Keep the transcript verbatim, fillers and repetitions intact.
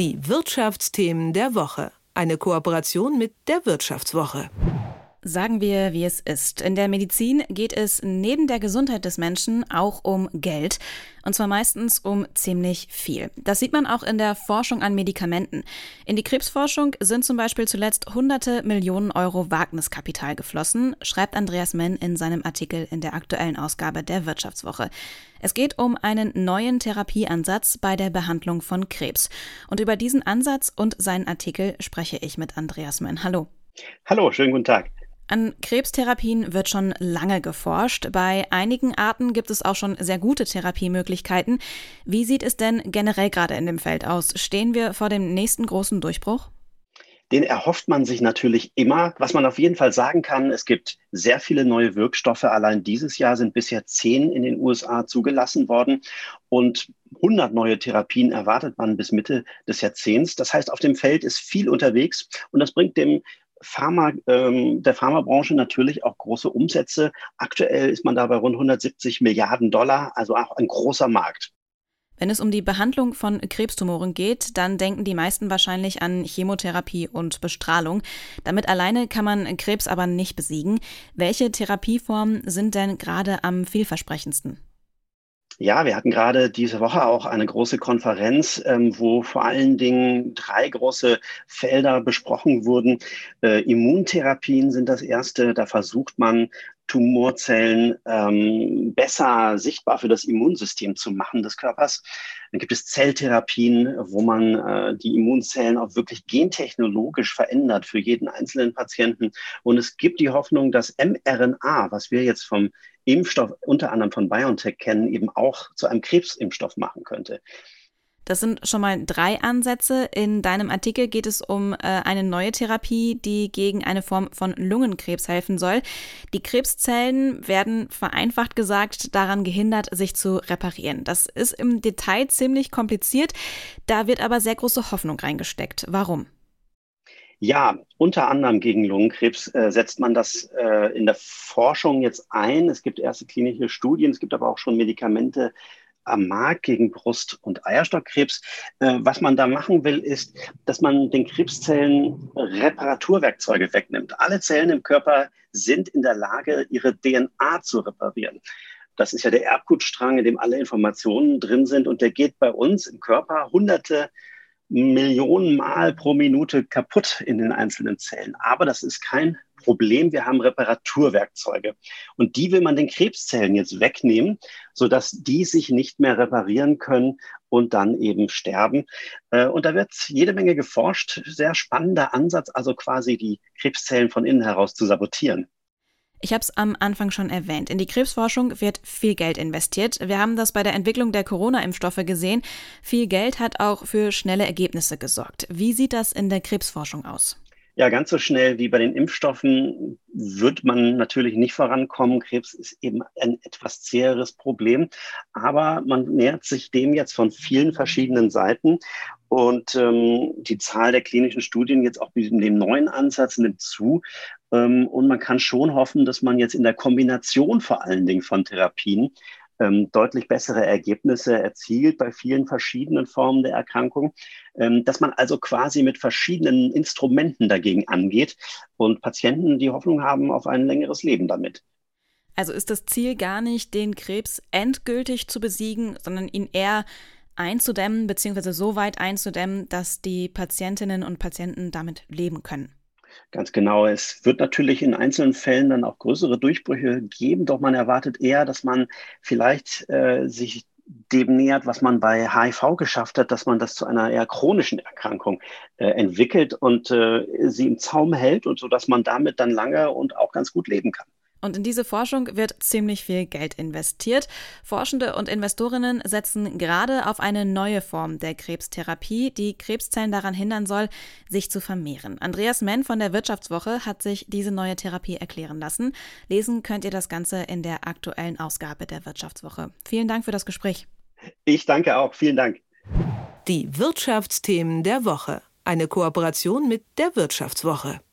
Die Wirtschaftsthemen der Woche. Eine Kooperation mit der Wirtschaftswoche. Sagen wir, wie es ist. In der Medizin geht es neben der Gesundheit des Menschen auch um Geld. Und zwar meistens um ziemlich viel. Das sieht man auch in der Forschung an Medikamenten. In die Krebsforschung sind zum Beispiel zuletzt hunderte Millionen Euro Wagniskapital geflossen, schreibt Andreas Menn in seinem Artikel in der aktuellen Ausgabe der Wirtschaftswoche. Es geht um einen neuen Therapieansatz bei der Behandlung von Krebs. Und über diesen Ansatz und seinen Artikel spreche ich mit Andreas Menn. Hallo. Hallo, schönen guten Tag. An Krebstherapien wird schon lange geforscht. Bei einigen Arten gibt es auch schon sehr gute Therapiemöglichkeiten. Wie sieht es denn generell gerade in dem Feld aus? Stehen wir vor dem nächsten großen Durchbruch? Den erhofft man sich natürlich immer. Was man auf jeden Fall sagen kann, es gibt sehr viele neue Wirkstoffe. Allein dieses Jahr sind bisher zehn in den U S A zugelassen worden. Und hundert neue Therapien erwartet man bis Mitte des Jahrzehnts. Das heißt, auf dem Feld ist viel unterwegs. Und das bringt dem Pharma, ähm, der Pharmabranche natürlich auch große Umsätze. Aktuell ist man da bei rund hundertsiebzig Milliarden Dollar, also auch ein großer Markt. Wenn es um die Behandlung von Krebstumoren geht, dann denken die meisten wahrscheinlich an Chemotherapie und Bestrahlung. Damit alleine kann man Krebs aber nicht besiegen. Welche Therapieformen sind denn gerade am vielversprechendsten? Ja, wir hatten gerade diese Woche auch eine große Konferenz, ähm, wo vor allen Dingen drei große Felder besprochen wurden. Äh, Immuntherapien sind das erste. Da versucht man, Tumorzellen ähm, besser sichtbar für das Immunsystem zu machen des Körpers. Dann gibt es Zelltherapien, wo man äh, die Immunzellen auch wirklich gentechnologisch verändert für jeden einzelnen Patienten. Und es gibt die Hoffnung, dass mRNA, was wir jetzt vom Impfstoff unter anderem von BioNTech kennen, eben auch zu einem Krebsimpfstoff machen könnte. Das sind schon mal drei Ansätze. In deinem Artikel geht es um äh, eine neue Therapie, die gegen eine Form von Lungenkrebs helfen soll. Die Krebszellen werden vereinfacht gesagt daran gehindert, sich zu reparieren. Das ist im Detail ziemlich kompliziert. Da wird aber sehr große Hoffnung reingesteckt. Warum? Ja, unter anderem gegen Lungenkrebs äh, setzt man das äh, in der Forschung jetzt ein. Es gibt erste klinische Studien, es gibt aber auch schon Medikamente am Markt gegen Brust- und Eierstockkrebs. Äh, was man da machen will, ist, dass man den Krebszellen Reparaturwerkzeuge wegnimmt. Alle Zellen im Körper sind in der Lage, ihre D N A zu reparieren. Das ist ja der Erbgutstrang, in dem alle Informationen drin sind. Und der geht bei uns im Körper hunderte Millionen Mal pro Minute kaputt in den einzelnen Zellen. Aber das ist kein Problem. Wir haben Reparaturwerkzeuge. Und die will man den Krebszellen jetzt wegnehmen, sodass die sich nicht mehr reparieren können und dann eben sterben. Und da wird jede Menge geforscht. Sehr spannender Ansatz, also quasi die Krebszellen von innen heraus zu sabotieren. Ich habe es am Anfang schon erwähnt. In die Krebsforschung wird viel Geld investiert. Wir haben das bei der Entwicklung der Corona-Impfstoffe gesehen. Viel Geld hat auch für schnelle Ergebnisse gesorgt. Wie sieht das in der Krebsforschung aus? Ja, ganz so schnell wie bei den Impfstoffen wird man natürlich nicht vorankommen. Krebs ist eben ein etwas zäheres Problem, aber man nähert sich dem jetzt von vielen verschiedenen Seiten. Und ähm, die Zahl der klinischen Studien jetzt auch mit dem neuen Ansatz nimmt zu. Ähm, und man kann schon hoffen, dass man jetzt in der Kombination vor allen Dingen von Therapien ähm, deutlich bessere Ergebnisse erzielt bei vielen verschiedenen Formen der Erkrankung, ähm, dass man also quasi mit verschiedenen Instrumenten dagegen angeht und Patienten die Hoffnung haben auf ein längeres Leben damit. Also ist das Ziel gar nicht, den Krebs endgültig zu besiegen, sondern ihn eher einzudämmen, beziehungsweise so weit einzudämmen, dass die Patientinnen und Patienten damit leben können. Ganz genau. Es wird natürlich in einzelnen Fällen dann auch größere Durchbrüche geben, doch man erwartet eher, dass man vielleicht äh, sich dem nähert, was man bei H I V geschafft hat, dass man das zu einer eher chronischen Erkrankung äh, entwickelt und äh, sie im Zaum hält und so, dass man damit dann lange und auch ganz gut leben kann. Und in diese Forschung wird ziemlich viel Geld investiert. Forschende und Investorinnen setzen gerade auf eine neue Form der Krebstherapie, die Krebszellen daran hindern soll, sich zu vermehren. Andreas Menn von der Wirtschaftswoche hat sich diese neue Therapie erklären lassen. Lesen könnt ihr das Ganze in der aktuellen Ausgabe der Wirtschaftswoche. Vielen Dank für das Gespräch. Ich danke auch. Vielen Dank. Die Wirtschaftsthemen der Woche. Eine Kooperation mit der Wirtschaftswoche.